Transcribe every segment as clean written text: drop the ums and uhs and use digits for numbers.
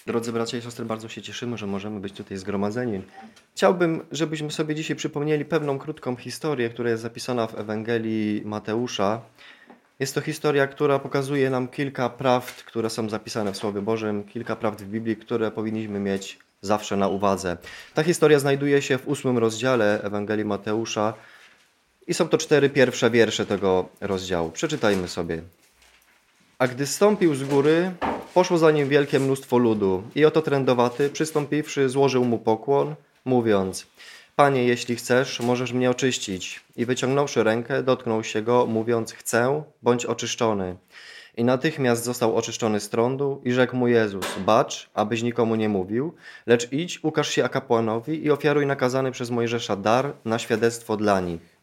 Drodzy bracia i siostry, bardzo się cieszymy, że możemy być tutaj zgromadzeni. Chciałbym, żebyśmy sobie dzisiaj przypomnieli pewną krótką historię, która jest zapisana w Ewangelii Mateusza. Jest to historia, która pokazuje nam kilka prawd, które są zapisane w Słowie Bożym, kilka prawd w Biblii, które powinniśmy mieć zawsze na uwadze. Ta historia znajduje się w 8 rozdziale Ewangelii Mateusza i są to 4 pierwsze wiersze tego rozdziału. Przeczytajmy sobie. A gdy zstąpił z góry, poszło za nim wielkie mnóstwo ludu i oto trędowaty, przystąpiwszy, złożył mu pokłon, mówiąc: Panie, jeśli chcesz, możesz mnie oczyścić. I wyciągnąwszy rękę, dotknął się go, mówiąc: Chcę, bądź oczyszczony. I natychmiast został oczyszczony z trądu i rzekł mu Jezus: Bacz, abyś nikomu nie mówił, lecz idź, ukaż się kapłanowi i ofiaruj nakazany przez Mojżesza dar na świadectwo dla nich.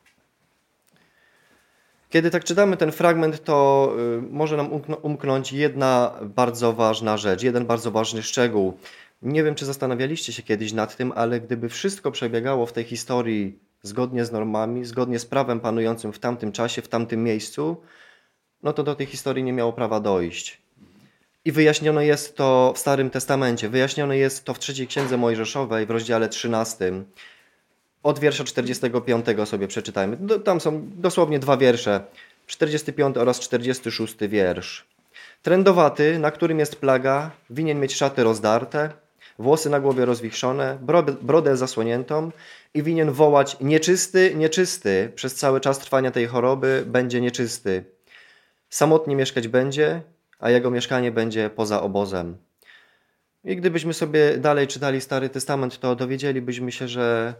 Kiedy tak czytamy ten fragment, to może nam umknąć jedna bardzo ważna rzecz, jeden bardzo ważny szczegół. Nie wiem, czy zastanawialiście się kiedyś nad tym, ale gdyby wszystko przebiegało w tej historii zgodnie z normami, zgodnie z prawem panującym w tamtym czasie, w tamtym miejscu, no to do tej historii nie miało prawa dojść. I wyjaśnione jest to w Starym Testamencie, wyjaśnione jest to w trzeciej Księdze Mojżeszowej w rozdziale 13. Od wiersza 45 sobie przeczytajmy. Tam są dosłownie 2 wiersze. 45 oraz 46 wiersz. Trędowaty, na którym jest plaga, winien mieć szaty rozdarte, włosy na głowie rozwichrzone, brodę zasłoniętą i winien wołać: nieczysty, nieczysty, przez cały czas trwania tej choroby będzie nieczysty. Samotnie mieszkać będzie, a jego mieszkanie będzie poza obozem. I gdybyśmy sobie dalej czytali Stary Testament, to dowiedzielibyśmy się, że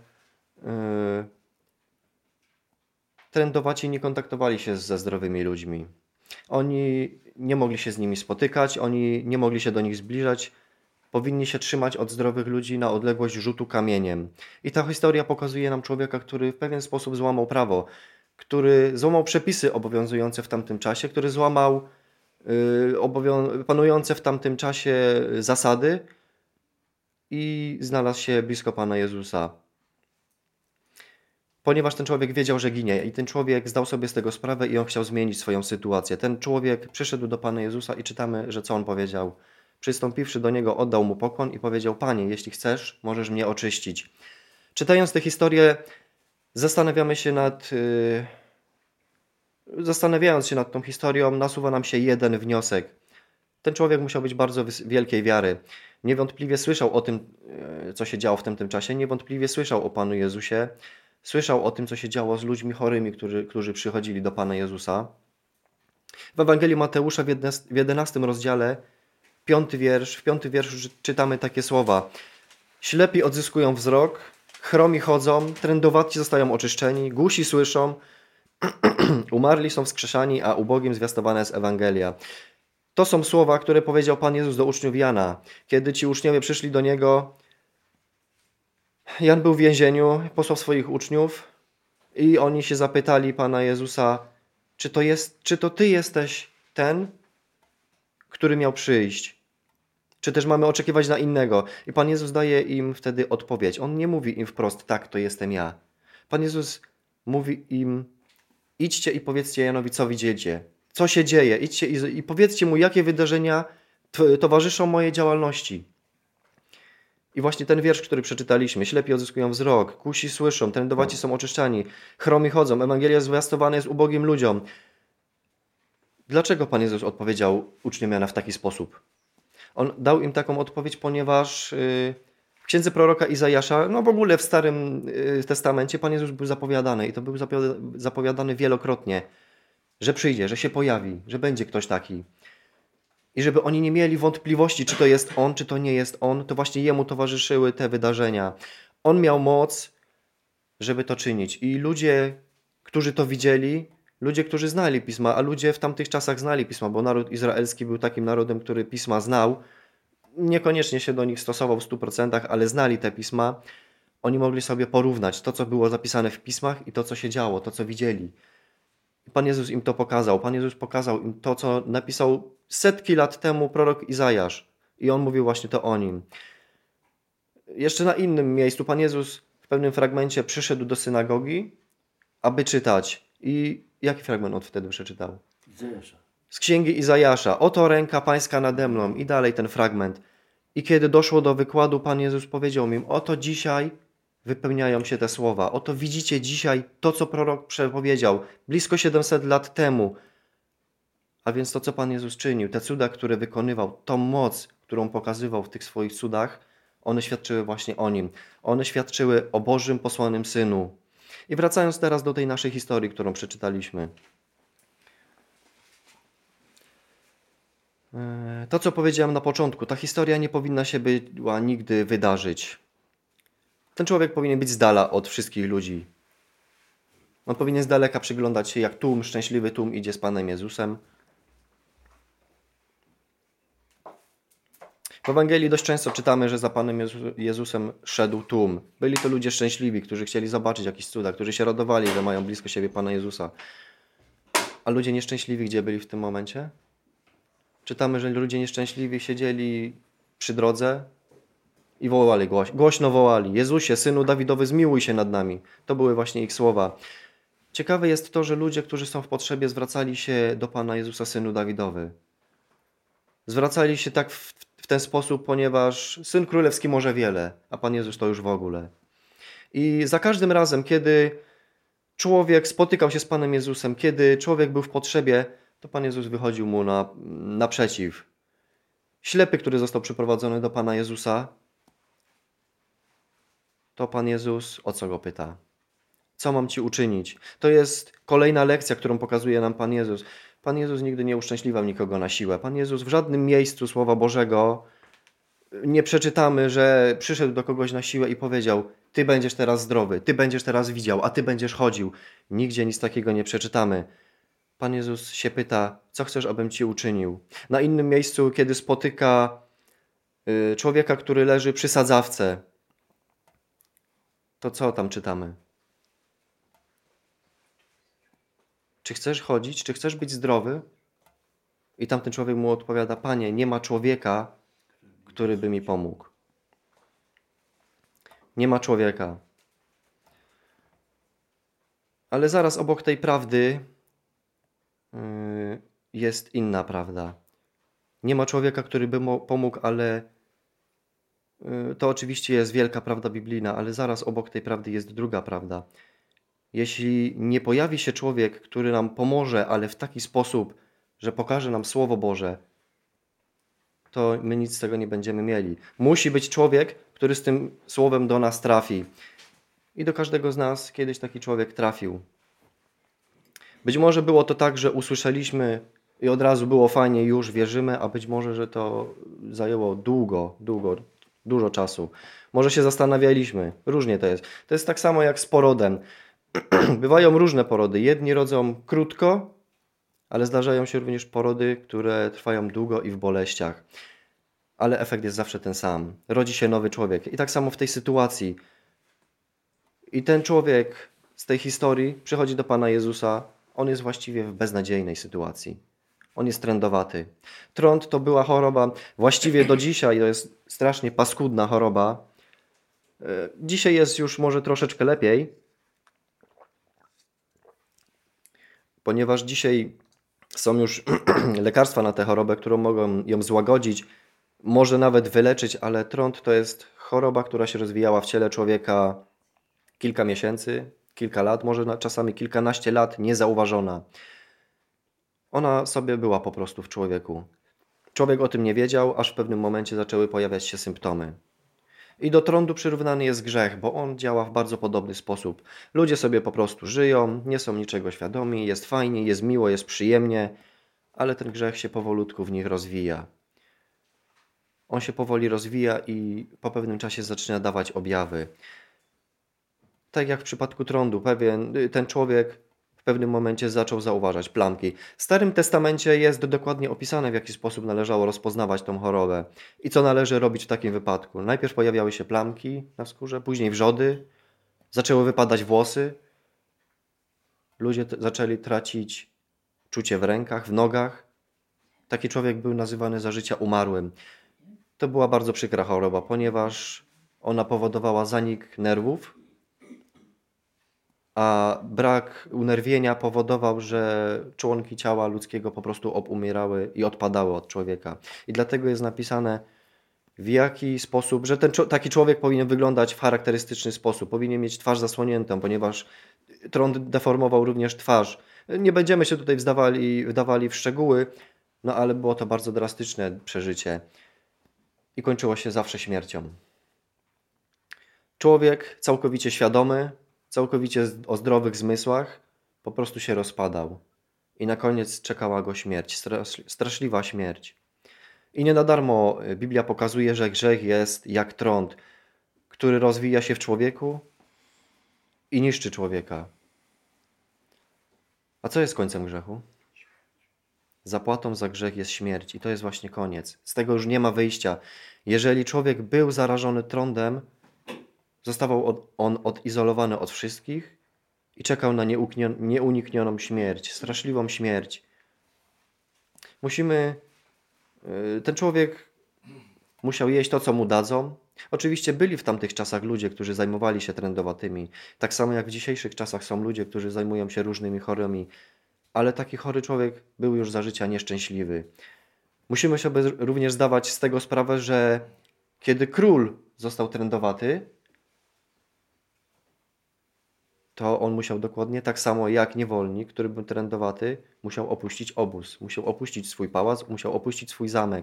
trędowaci nie kontaktowali się ze zdrowymi ludźmi. Oni nie mogli się z nimi spotykać, oni nie mogli się do nich zbliżać. Powinni się trzymać od zdrowych ludzi na odległość rzutu kamieniem. I ta historia pokazuje nam człowieka, który w pewien sposób złamał prawo, który złamał przepisy obowiązujące w tamtym czasie, który złamał panujące w tamtym czasie zasady i znalazł się blisko Pana Jezusa. Ponieważ ten człowiek wiedział, że ginie i ten człowiek zdał sobie z tego sprawę i on chciał zmienić swoją sytuację. Ten człowiek przyszedł do Pana Jezusa i czytamy, że co on powiedział. Przystąpiwszy do niego, oddał mu pokłon i powiedział: Panie, jeśli chcesz, możesz mnie oczyścić. Czytając tę historię, zastanawiając się nad tą historią, nasuwa nam się jeden wniosek. Ten człowiek musiał być bardzo wielkiej wiary. Niewątpliwie słyszał o tym, co się działo w tym czasie, niewątpliwie słyszał o Panu Jezusie, słyszał o tym, co się działo z ludźmi chorymi, którzy przychodzili do Pana Jezusa. W Ewangelii Mateusza w 11 rozdziale, w 5 wierszu czytamy takie słowa. Ślepi odzyskują wzrok, chromi chodzą, trędowaci zostają oczyszczeni, głusi słyszą, umarli są wskrzeszani, a ubogim zwiastowana jest Ewangelia. To są słowa, które powiedział Pan Jezus do uczniów Jana. Kiedy ci uczniowie przyszli do Niego, Jan był w więzieniu, posłał swoich uczniów i oni się zapytali Pana Jezusa, czy to Ty jesteś ten, który miał przyjść? Czy też mamy oczekiwać na innego? I Pan Jezus daje im wtedy odpowiedź. On nie mówi im wprost: tak, to jestem ja. Pan Jezus mówi im: idźcie i powiedzcie Janowi, co widzicie, co się dzieje. Idźcie i powiedzcie mu, jakie wydarzenia towarzyszą mojej działalności. I właśnie ten wiersz, który przeczytaliśmy: ślepi odzyskują wzrok, kusi słyszą, trędowaci są oczyszczani, chromi chodzą, Ewangelia zwiastowana jest ubogim ludziom. Dlaczego Pan Jezus odpowiedział uczniom Jana w taki sposób? On dał im taką odpowiedź, ponieważ w księdze proroka Izajasza, no w ogóle w Starym Testamencie, Pan Jezus był zapowiadany i to był zapowiadany wielokrotnie, że przyjdzie, że się pojawi, że będzie ktoś taki. I żeby oni nie mieli wątpliwości, czy to jest On, czy to nie jest On, to właśnie Jemu towarzyszyły te wydarzenia. On miał moc, żeby to czynić. I ludzie, którzy to widzieli, ludzie, którzy znali Pisma, a ludzie w tamtych czasach znali Pisma, bo naród izraelski był takim narodem, który Pisma znał, niekoniecznie się do nich stosował w 100%, ale znali te Pisma, oni mogli sobie porównać to, co było zapisane w Pismach i to, co się działo, to, co widzieli. Pan Jezus im to pokazał. Pan Jezus pokazał im to, co napisał setki lat temu prorok Izajasz. I on mówił właśnie to o nim. Jeszcze na innym miejscu Pan Jezus w pewnym fragmencie przyszedł do synagogi, aby czytać. I jaki fragment on wtedy przeczytał? Izajasza. Z księgi Izajasza. Oto ręka Pańska nade mną. I dalej ten fragment. I kiedy doszło do wykładu, Pan Jezus powiedział im, oto dzisiaj wypełniają się te słowa. Oto widzicie dzisiaj to, co prorok przepowiedział blisko 700 lat temu. A więc to, co Pan Jezus czynił, te cuda, które wykonywał, tą moc, którą pokazywał w tych swoich cudach, one świadczyły właśnie o Nim. One świadczyły o Bożym posłanym Synu. I wracając teraz do tej naszej historii, którą przeczytaliśmy. To, co powiedziałem na początku, ta historia nie powinna się była nigdy wydarzyć. Ten człowiek powinien być z dala od wszystkich ludzi. On powinien z daleka przyglądać się, jak tłum, szczęśliwy tłum idzie z Panem Jezusem. W Ewangelii dość często czytamy, że za Panem Jezusem szedł tłum. Byli to ludzie szczęśliwi, którzy chcieli zobaczyć jakieś cuda, którzy się radowali, że mają blisko siebie Pana Jezusa. A ludzie nieszczęśliwi gdzie byli w tym momencie? Czytamy, że ludzie nieszczęśliwi siedzieli przy drodze i wołali, głośno wołali: Jezusie, Synu Dawidowy, zmiłuj się nad nami. To były właśnie ich słowa. Ciekawe jest to, że ludzie, którzy są w potrzebie, zwracali się do Pana Jezusa, Synu Dawidowy. Zwracali się tak w ten sposób, ponieważ Syn Królewski może wiele, a Pan Jezus to już w ogóle. I za każdym razem, kiedy człowiek spotykał się z Panem Jezusem, kiedy człowiek był w potrzebie, to Pan Jezus wychodził mu naprzeciw. Ślepy, który został przyprowadzony do Pana Jezusa, to Pan Jezus o co go pyta? Co mam Ci uczynić? To jest kolejna lekcja, którą pokazuje nam Pan Jezus. Pan Jezus nigdy nie uszczęśliwiał nikogo na siłę. Pan Jezus w żadnym miejscu Słowa Bożego nie przeczytamy, że przyszedł do kogoś na siłę i powiedział: Ty będziesz teraz zdrowy, Ty będziesz teraz widział, a Ty będziesz chodził. Nigdzie nic takiego nie przeczytamy. Pan Jezus się pyta: co chcesz, abym Ci uczynił? Na innym miejscu, kiedy spotyka człowieka, który leży przy sadzawce, to co tam czytamy? Czy chcesz chodzić? Czy chcesz być zdrowy? I tamten człowiek mu odpowiada: Panie, nie ma człowieka, który by mi pomógł. Nie ma człowieka. Ale zaraz obok tej prawdy jest inna prawda. Nie ma człowieka, który by mu pomógł, ale to oczywiście jest wielka prawda biblijna, ale zaraz obok tej prawdy jest druga prawda. Jeśli nie pojawi się człowiek, który nam pomoże, ale w taki sposób, że pokaże nam Słowo Boże, to my nic z tego nie będziemy mieli. Musi być człowiek, który z tym Słowem do nas trafi. I do każdego z nas kiedyś taki człowiek trafił. Być może było to tak, że usłyszeliśmy i od razu było fajnie, już wierzymy, a być może, że to zajęło dużo czasu. Może się zastanawialiśmy. Różnie to jest. To jest tak samo jak z porodem. Bywają różne porody. Jedni rodzą krótko, ale zdarzają się również porody, które trwają długo i w boleściach. Ale efekt jest zawsze ten sam. Rodzi się nowy człowiek. I tak samo w tej sytuacji. I ten człowiek z tej historii przychodzi do Pana Jezusa. On jest właściwie w beznadziejnej sytuacji. On jest trędowaty. Trąd to była choroba, właściwie do dzisiaj to jest strasznie paskudna choroba. Dzisiaj jest już może troszeczkę lepiej, ponieważ dzisiaj są już lekarstwa na tę chorobę, które mogą ją złagodzić, może nawet wyleczyć, ale trąd to jest choroba, która się rozwijała w ciele człowieka kilka miesięcy, kilka lat, może czasami kilkanaście lat, niezauważona. Ona sobie była po prostu w człowieku. Człowiek o tym nie wiedział, aż w pewnym momencie zaczęły pojawiać się symptomy. I do trądu przyrównany jest grzech, bo on działa w bardzo podobny sposób. Ludzie sobie po prostu żyją, nie są niczego świadomi, jest fajnie, jest miło, jest przyjemnie, ale ten grzech się powolutku w nich rozwija. On się powoli rozwija i po pewnym czasie zaczyna dawać objawy. Tak jak w przypadku trądu, ten człowiek w pewnym momencie zaczął zauważać plamki. W Starym Testamencie jest dokładnie opisane, w jaki sposób należało rozpoznawać tą chorobę i co należy robić w takim wypadku. Najpierw pojawiały się plamki na skórze, później wrzody, zaczęły wypadać włosy. Ludzie zaczęli tracić czucie w rękach, w nogach. Taki człowiek był nazywany za życia umarłym. To była bardzo przykra choroba, ponieważ ona powodowała zanik nerwów, a brak unerwienia powodował, że członki ciała ludzkiego po prostu obumierały i odpadały od człowieka. I dlatego jest napisane w jaki sposób, że taki człowiek powinien wyglądać w charakterystyczny sposób, powinien mieć twarz zasłoniętą, ponieważ trąd deformował również twarz. Nie będziemy się tutaj wdawali w szczegóły, no ale było to bardzo drastyczne przeżycie i kończyło się zawsze śmiercią. Człowiek całkowicie świadomy, całkowicie o zdrowych zmysłach, po prostu się rozpadał. I na koniec czekała go śmierć, straszliwa śmierć. I nie na darmo Biblia pokazuje, że grzech jest jak trąd, który rozwija się w człowieku i niszczy człowieka. A co jest końcem grzechu? Zapłatą za grzech jest śmierć i to jest właśnie koniec. Z tego już nie ma wyjścia. Jeżeli człowiek był zarażony trądem, zostawał on odizolowany od wszystkich i czekał na nieuniknioną śmierć, straszliwą śmierć. Ten człowiek musiał jeść to, co mu dadzą. Oczywiście byli w tamtych czasach ludzie, którzy zajmowali się trędowatymi. Tak samo jak w dzisiejszych czasach są ludzie, którzy zajmują się różnymi chorobami. Ale taki chory człowiek był już za życia nieszczęśliwy. Musimy sobie również zdawać z tego sprawę, że kiedy król został trędowaty, to on musiał dokładnie tak samo jak niewolnik, który był trędowaty, musiał opuścić obóz, musiał opuścić swój pałac, musiał opuścić swój zamek.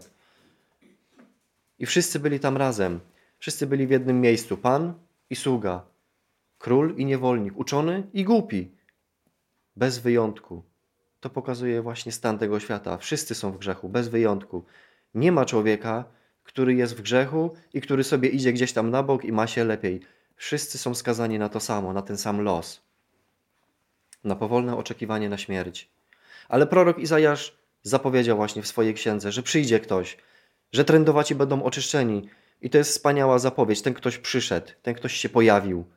I wszyscy byli tam razem. Wszyscy byli w jednym miejscu. Pan i sługa. Król i niewolnik. Uczony i głupi. Bez wyjątku. To pokazuje właśnie stan tego świata. Wszyscy są w grzechu, bez wyjątku. Nie ma człowieka, który jest w grzechu i który sobie idzie gdzieś tam na bok i ma się lepiej. Wszyscy są skazani na to samo, na ten sam los. Na powolne oczekiwanie na śmierć. Ale prorok Izajasz zapowiedział właśnie w swojej księdze, że przyjdzie ktoś, że trędowaci będą oczyszczeni. I to jest wspaniała zapowiedź. Ten ktoś przyszedł, ten ktoś się pojawił.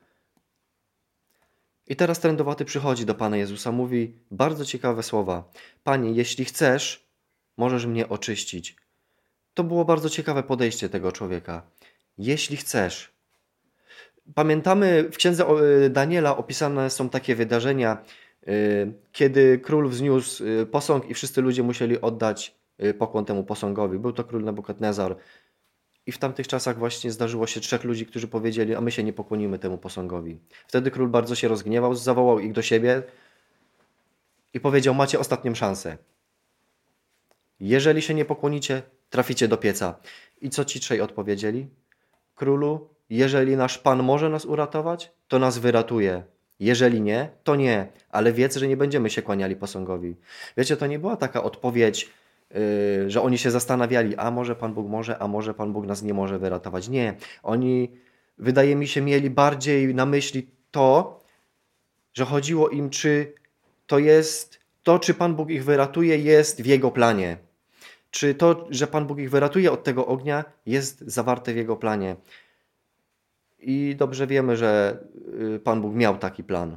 I teraz trędowaty przychodzi do Pana Jezusa, mówi bardzo ciekawe słowa. Panie, jeśli chcesz, możesz mnie oczyścić. To było bardzo ciekawe podejście tego człowieka. Jeśli chcesz. Pamiętamy, w księdze Daniela opisane są takie wydarzenia, kiedy król wzniósł posąg i wszyscy ludzie musieli oddać pokłon temu posągowi. Był to król Nebukadnezar. I w tamtych czasach właśnie zdarzyło się 3 ludzi, którzy powiedzieli, a my się nie pokłonimy temu posągowi. Wtedy król bardzo się rozgniewał, zawołał ich do siebie i powiedział, macie ostatnią szansę. Jeżeli się nie pokłonicie, traficie do pieca. I co ci 3 odpowiedzieli? Królu, jeżeli nasz Pan może nas uratować, to nas wyratuje. Jeżeli nie, to nie, ale wiedz, że nie będziemy się kłaniali posągowi. Wiecie, to nie była taka odpowiedź, że oni się zastanawiali, a może Pan Bóg może, a może Pan Bóg nas nie może wyratować. Nie, oni, wydaje mi się, mieli bardziej na myśli to, że chodziło im, czy to jest to, czy Pan Bóg ich wyratuje, jest w Jego planie. Czy to, że Pan Bóg ich wyratuje od tego ognia, jest zawarte w Jego planie. I dobrze wiemy, że Pan Bóg miał taki plan.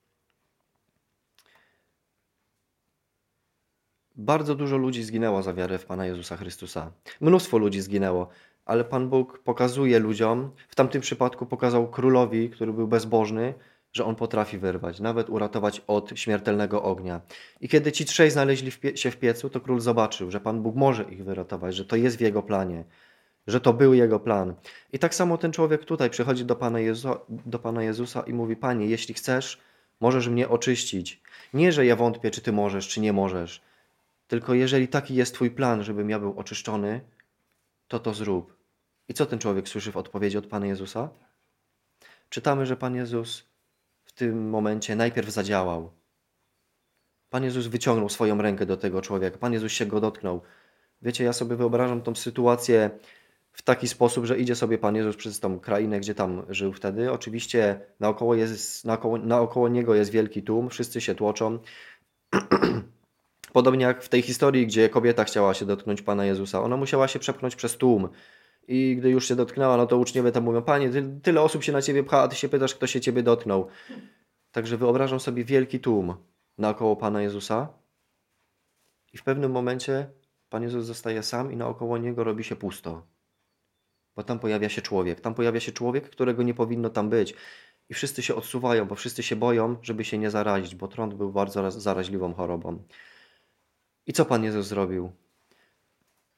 Bardzo dużo ludzi zginęło za wiarę w Pana Jezusa Chrystusa. Mnóstwo ludzi zginęło, ale Pan Bóg pokazuje ludziom, w tamtym przypadku pokazał królowi, który był bezbożny, że on potrafi wyrwać, nawet uratować od śmiertelnego ognia. I kiedy ci 3 znaleźli się w piecu, to król zobaczył, że Pan Bóg może ich wyratować, że to jest w Jego planie, że to był Jego plan. I tak samo ten człowiek tutaj przychodzi do Pana Jezusa i mówi, Panie, jeśli chcesz, możesz mnie oczyścić. Nie, że ja wątpię, czy Ty możesz, czy nie możesz, tylko jeżeli taki jest Twój plan, żebym ja był oczyszczony, to zrób. I co ten człowiek słyszy w odpowiedzi od Pana Jezusa? Czytamy, że Pan Jezus w tym momencie najpierw zadziałał. Pan Jezus wyciągnął swoją rękę do tego człowieka. Pan Jezus się go dotknął. Wiecie, ja sobie wyobrażam tą sytuację w taki sposób, że idzie sobie Pan Jezus przez tą krainę, gdzie tam żył wtedy. Oczywiście naokoło Niego jest wielki tłum, wszyscy się tłoczą. Podobnie jak w tej historii, gdzie kobieta chciała się dotknąć Pana Jezusa. Ona musiała się przepchnąć przez tłum. I gdy już się dotknęła, no to uczniowie tam mówią, Panie, tyle osób się na Ciebie pcha, a Ty się pytasz, kto się Ciebie dotknął. Także wyobrażam sobie wielki tłum naokoło Pana Jezusa. I w pewnym momencie Pan Jezus zostaje sam i naokoło Niego robi się pusto. Bo tam pojawia się człowiek. Tam pojawia się człowiek, którego nie powinno tam być. I wszyscy się odsuwają, bo wszyscy się boją, żeby się nie zarazić, bo trąd był bardzo zaraźliwą chorobą. I co Pan Jezus zrobił?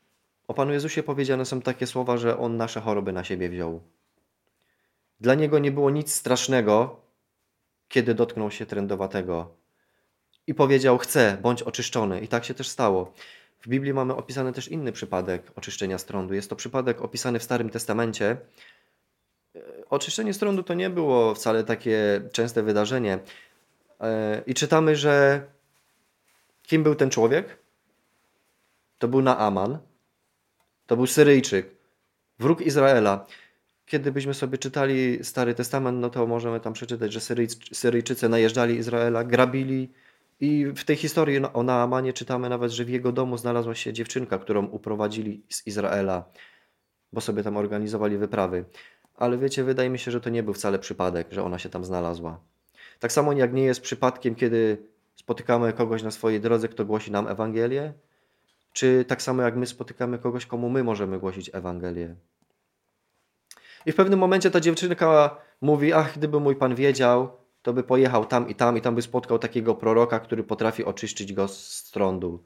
O Panu Jezusie powiedziane są takie słowa, że On nasze choroby na siebie wziął. Dla Niego nie było nic strasznego, kiedy dotknął się trędowatego i powiedział: chcę, bądź oczyszczony. I tak się też stało. W Biblii mamy opisany też inny przypadek oczyszczenia z trądu. Jest to przypadek opisany w Starym Testamencie. Oczyszczenie z trądu to nie było wcale takie częste wydarzenie. I czytamy, że kim był ten człowiek? To był Naaman. To był Syryjczyk, wróg Izraela. Kiedy byśmy sobie czytali Stary Testament, no to możemy tam przeczytać, że Syryjczycy najeżdżali Izraela, grabili. I w tej historii o Naamanie czytamy nawet, że w jego domu znalazła się dziewczynka, którą uprowadzili z Izraela, bo sobie tam organizowali wyprawy. Ale wiecie, wydaje mi się, że to nie był wcale przypadek, że ona się tam znalazła. Tak samo jak nie jest przypadkiem, kiedy spotykamy kogoś na swojej drodze, kto głosi nam Ewangelię, czy tak samo jak my spotykamy kogoś, komu my możemy głosić Ewangelię. I w pewnym momencie ta dziewczynka mówi: ach, gdyby mój Pan wiedział, to by pojechał tam i tam by spotkał takiego proroka, który potrafi oczyścić go z trądu.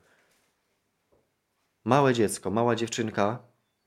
Małe dziecko, mała dziewczynka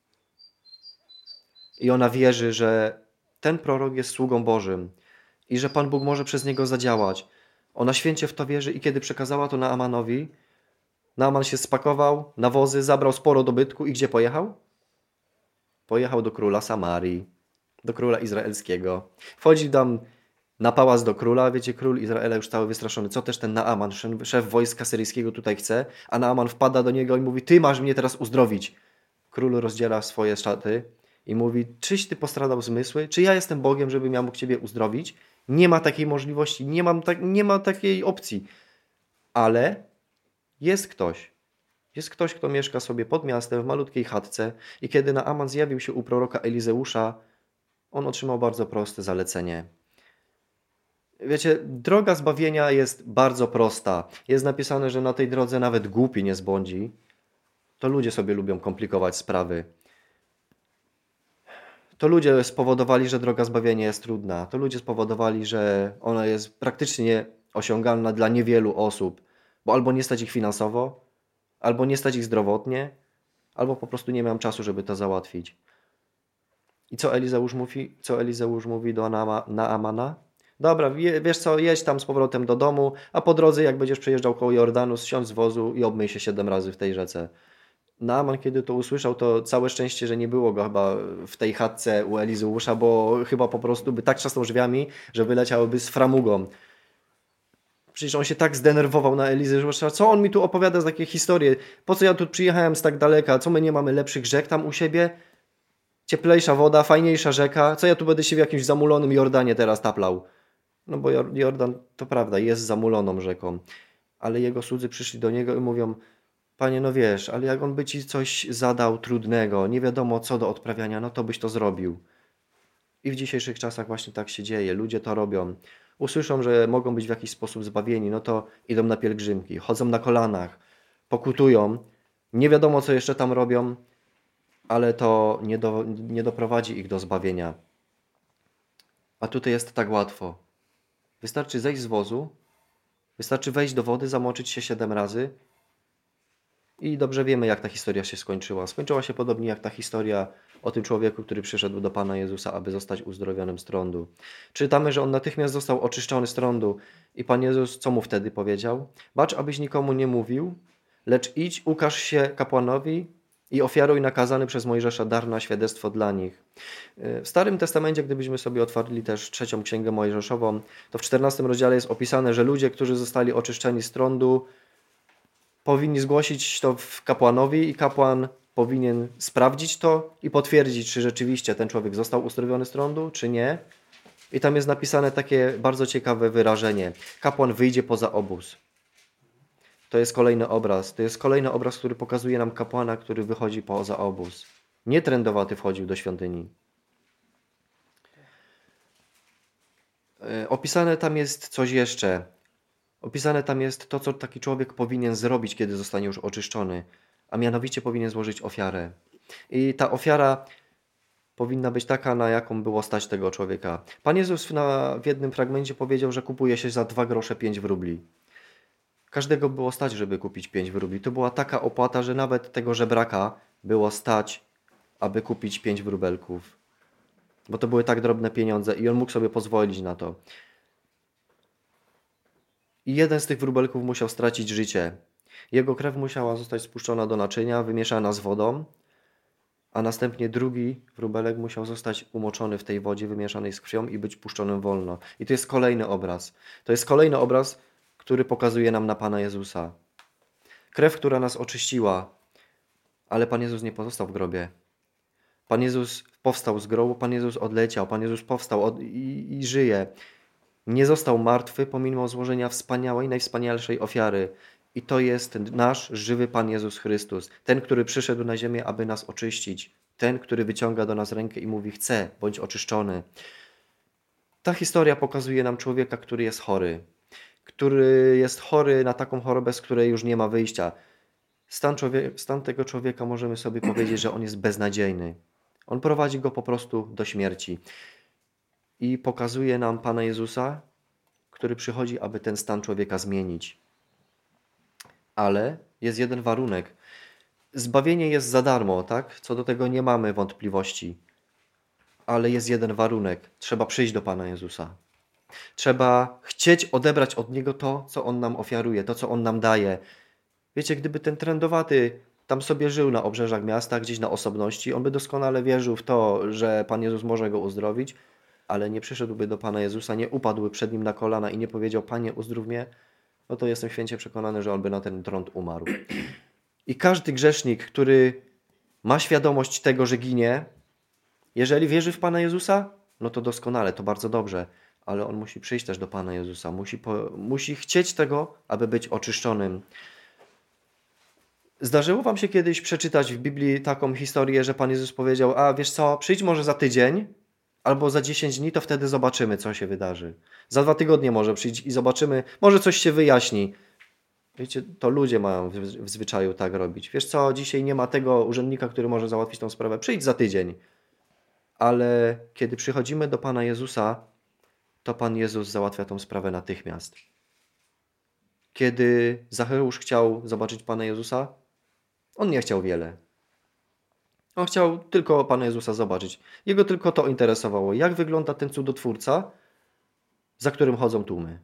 i ona wierzy, że ten prorok jest sługą Bożym i że Pan Bóg może przez niego zadziałać. Ona święcie w to wierzy i kiedy przekazała to Naamanowi, Naaman się spakował na wozy, zabrał sporo dobytku i gdzie pojechał? Pojechał do króla Samarii, do króla izraelskiego. Wchodzi tam na pałac do króla, wiecie, król Izraela już cały wystraszony. Co też ten Naaman, szef wojska syryjskiego tutaj chce? A Naaman wpada do niego i mówi: ty masz mnie teraz uzdrowić. Król rozdziela swoje szaty i mówi: czyś ty postradał zmysły? Czy ja jestem Bogiem, żebym ja mógł ciebie uzdrowić? Nie ma takiej możliwości, nie ma takiej opcji. Ale jest ktoś. Jest ktoś, kto mieszka sobie pod miastem w malutkiej chatce i kiedy Naaman zjawił się u proroka Elizeusza, on otrzymał bardzo proste zalecenie. Wiecie, droga zbawienia jest bardzo prosta. Jest napisane, że na tej drodze nawet głupi nie zbłądzi. To ludzie sobie lubią komplikować sprawy. To ludzie spowodowali, że droga zbawienia jest trudna. To ludzie spowodowali, że ona jest praktycznie osiągalna dla niewielu osób, bo albo nie stać ich finansowo, albo nie stać ich zdrowotnie, albo po prostu nie miałem czasu, żeby to załatwić. I co Elizeusz mówi? Co Elizeusz mówi do Naamana? Dobra, wiesz co, jedź tam z powrotem do domu, a po drodze, jak będziesz przejeżdżał koło Jordanu, zsiądź z wozu i obmyj się 7 razy w tej rzece. Naaman, kiedy to usłyszał, to całe szczęście, że nie było go chyba w tej chatce u Elizeusza, bo chyba po prostu by tak trzasnął drzwiami, że wyleciałyby z framugą. Przecież on się tak zdenerwował na Elizeusza. Co on mi tu opowiada za takie historie? Po co ja tu przyjechałem z tak daleka? Co my nie mamy lepszych rzek tam u siebie? Cieplejsza woda, fajniejsza rzeka. Co ja tu będę się w jakimś zamulonym Jordanie teraz taplał? No bo Jordan, to prawda, jest zamuloną rzeką. Ale jego słudzy przyszli do niego i mówią: Panie, no wiesz, ale jak on by ci coś zadał trudnego, nie wiadomo co do odprawiania, no to byś to zrobił. I w dzisiejszych czasach właśnie tak się dzieje. Ludzie to robią. Usłyszą, że mogą być w jakiś sposób zbawieni, no to idą na pielgrzymki, chodzą na kolanach, pokutują. Nie wiadomo, co jeszcze tam robią, ale to nie doprowadzi ich do zbawienia. A tutaj jest tak łatwo. Wystarczy zejść z wozu, wystarczy wejść do wody, zamoczyć się 7 razy i dobrze wiemy, jak ta historia się skończyła. Skończyła się podobnie jak ta historia o tym człowieku, który przyszedł do Pana Jezusa, aby zostać uzdrowionym z trądu. Czytamy, że on natychmiast został oczyszczony z trądu i Pan Jezus co mu wtedy powiedział? Bacz, abyś nikomu nie mówił, lecz idź, ukaż się kapłanowi i ofiaruj nakazany przez Mojżesza dar na świadectwo dla nich. W Starym Testamencie, gdybyśmy sobie otwarli też 3. Księgę Mojżeszową, to w 14 rozdziale jest opisane, że ludzie, którzy zostali oczyszczeni z trądu, powinni zgłosić to kapłanowi i kapłan powinien sprawdzić to i potwierdzić, czy rzeczywiście ten człowiek został uzdrowiony z trądu, czy nie. I tam jest napisane takie bardzo ciekawe wyrażenie. Kapłan wyjdzie poza obóz. To jest kolejny obraz. To jest kolejny obraz, który pokazuje nam kapłana, który wychodzi poza obóz. Nie trędowaty wchodził do świątyni. Opisane tam jest coś jeszcze. Opisane tam jest to, co taki człowiek powinien zrobić, kiedy zostanie już oczyszczony, a mianowicie powinien złożyć ofiarę. I ta ofiara powinna być taka, na jaką było stać tego człowieka. Pan Jezus w jednym fragmencie powiedział, że kupuje się za 2 grosze 5 wróbli. Każdego było stać, żeby kupić 5 wróbli. To była taka opłata, że nawet tego żebraka było stać, aby kupić 5 wróbelków. Bo to były tak drobne pieniądze i on mógł sobie pozwolić na to. I jeden z tych wróbelków musiał stracić życie. Jego krew musiała zostać spuszczona do naczynia, wymieszana z wodą, a następnie drugi wróbelek musiał zostać umoczony w tej wodzie wymieszanej z krwią i być puszczonym wolno. I to jest kolejny obraz. To jest kolejny obraz, który pokazuje nam na Pana Jezusa. Krew, która nas oczyściła, ale Pan Jezus nie pozostał w grobie. Pan Jezus powstał z grobu, Pan Jezus odleciał, Pan Jezus powstał i żyje. Nie został martwy pomimo złożenia wspaniałej, najwspanialszej ofiary. I to jest nasz żywy Pan Jezus Chrystus. Ten, który przyszedł na ziemię, aby nas oczyścić. Ten, który wyciąga do nas rękę i mówi: chcę, bądź oczyszczony. Ta historia pokazuje nam człowieka, który jest chory. Który jest chory na taką chorobę, z której już nie ma wyjścia. Stan tego człowieka możemy sobie powiedzieć, że on jest beznadziejny. On prowadzi go po prostu do śmierci. I pokazuje nam Pana Jezusa, który przychodzi, aby ten stan człowieka zmienić. Ale jest jeden warunek. Zbawienie jest za darmo, tak? Co do tego nie mamy wątpliwości. Ale jest jeden warunek. Trzeba przyjść do Pana Jezusa. Trzeba chcieć odebrać od Niego to, co On nam ofiaruje, to, co On nam daje. Wiecie, gdyby ten trędowaty tam sobie żył na obrzeżach miasta, gdzieś na osobności, on by doskonale wierzył w to, że Pan Jezus może go uzdrowić, ale nie przyszedłby do Pana Jezusa, nie upadłby przed Nim na kolana i nie powiedział: Panie, uzdrów mnie, no to jestem święcie przekonany, że on by na ten trąd umarł. I każdy grzesznik, który ma świadomość tego, że ginie, jeżeli wierzy w Pana Jezusa, no to doskonale, to bardzo dobrze, ale on musi przyjść też do Pana Jezusa, musi chcieć tego, aby być oczyszczonym. Zdarzyło wam się kiedyś przeczytać w Biblii taką historię, że Pan Jezus powiedział: a wiesz co, przyjdź może za tydzień albo za 10 dni, to wtedy zobaczymy, co się wydarzy. Za 2 tygodnie może przyjdź i zobaczymy, może coś się wyjaśni. Wiecie, to ludzie mają w zwyczaju tak robić. Wiesz co, dzisiaj nie ma tego urzędnika, który może załatwić tą sprawę. Przyjdź za tydzień. Ale kiedy przychodzimy do Pana Jezusa, to Pan Jezus załatwia tą sprawę natychmiast. Kiedy Zacheusz chciał zobaczyć Pana Jezusa, on nie chciał wiele. On chciał tylko Pana Jezusa zobaczyć. Jego tylko to interesowało. Jak wygląda ten cudotwórca, za którym chodzą tłumy.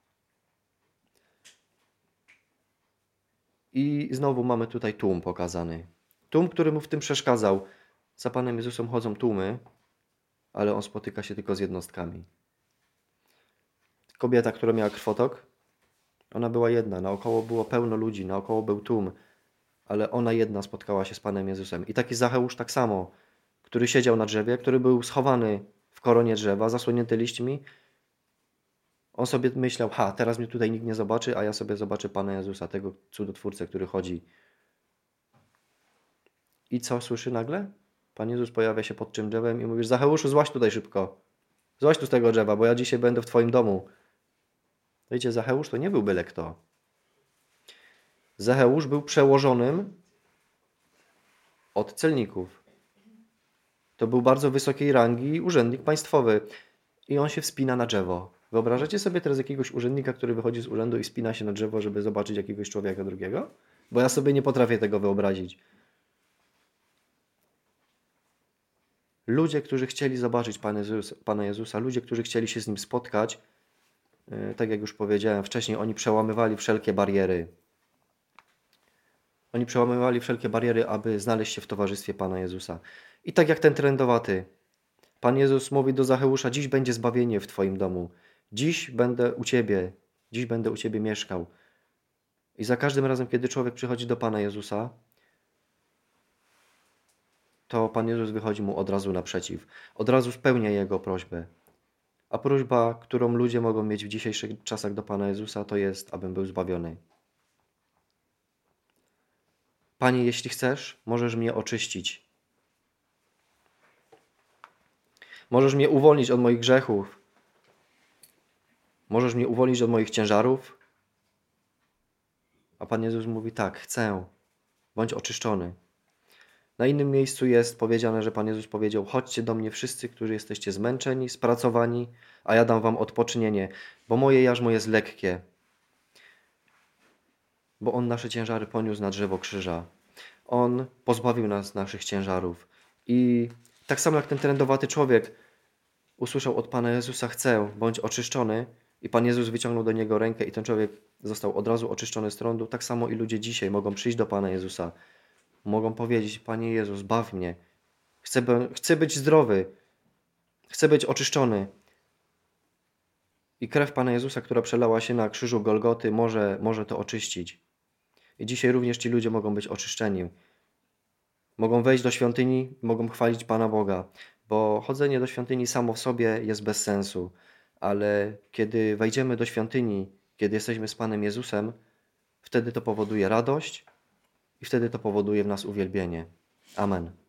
I znowu mamy tutaj tłum pokazany. Tłum, który mu w tym przeszkadzał. Za Panem Jezusem chodzą tłumy, ale on spotyka się tylko z jednostkami. Kobieta, która miała krwotok, ona była jedna. Naokoło było pełno ludzi, naokoło był tłum, ale ona jedna spotkała się z Panem Jezusem. I taki Zacheusz tak samo, który siedział na drzewie, który był schowany w koronie drzewa, zasłonięty liśćmi. On sobie myślał: teraz mnie tutaj nikt nie zobaczy, a ja sobie zobaczę Pana Jezusa, tego cudotwórcę, który chodzi. I co słyszy nagle? Pan Jezus pojawia się pod czym drzewem i mówi: Zacheuszu, złaź tutaj szybko. Złaź tu z tego drzewa, bo ja dzisiaj będę w twoim domu. Wiecie, Zacheusz to nie był byle kto. Zacheusz był przełożonym od celników. To był bardzo wysokiej rangi urzędnik państwowy. I on się wspina na drzewo. Wyobrażacie sobie teraz jakiegoś urzędnika, który wychodzi z urzędu i wspina się na drzewo, żeby zobaczyć jakiegoś człowieka drugiego? Bo ja sobie nie potrafię tego wyobrazić. Ludzie, którzy chcieli zobaczyć Pana Jezusa, ludzie, którzy chcieli się z Nim spotkać, tak jak już powiedziałem wcześniej, oni przełamywali wszelkie bariery. Oni przełamywali wszelkie bariery, aby znaleźć się w towarzystwie Pana Jezusa. I tak jak ten trędowaty, Pan Jezus mówi do Zacheusza: dziś będzie zbawienie w twoim domu. Dziś będę u ciebie. Dziś będę u ciebie mieszkał. I za każdym razem, kiedy człowiek przychodzi do Pana Jezusa, to Pan Jezus wychodzi mu od razu naprzeciw. Od razu spełnia jego prośbę. A prośba, którą ludzie mogą mieć w dzisiejszych czasach do Pana Jezusa, to jest, abym był zbawiony. Panie, jeśli chcesz, możesz mnie oczyścić. Możesz mnie uwolnić od moich grzechów. Możesz mnie uwolnić od moich ciężarów. A Pan Jezus mówi: tak, chcę. Bądź oczyszczony. Na innym miejscu jest powiedziane, że Pan Jezus powiedział: chodźcie do mnie wszyscy, którzy jesteście zmęczeni, spracowani, a ja dam wam odpocznienie, bo moje jarzmo jest lekkie. Bo On nasze ciężary poniósł na drzewo krzyża. On pozbawił nas naszych ciężarów. I tak samo jak ten trędowaty człowiek usłyszał od Pana Jezusa: chcę, bądź oczyszczony, i Pan Jezus wyciągnął do niego rękę i ten człowiek został od razu oczyszczony z trądu, tak samo i ludzie dzisiaj mogą przyjść do Pana Jezusa. Mogą powiedzieć: Panie Jezus, baw mnie. Chcę być zdrowy. Chcę być oczyszczony. I krew Pana Jezusa, która przelała się na krzyżu Golgoty, może to oczyścić. I dzisiaj również ci ludzie mogą być oczyszczeni. Mogą wejść do świątyni, mogą chwalić Pana Boga, bo chodzenie do świątyni samo w sobie jest bez sensu. Ale kiedy wejdziemy do świątyni, kiedy jesteśmy z Panem Jezusem, wtedy to powoduje radość i wtedy to powoduje w nas uwielbienie. Amen.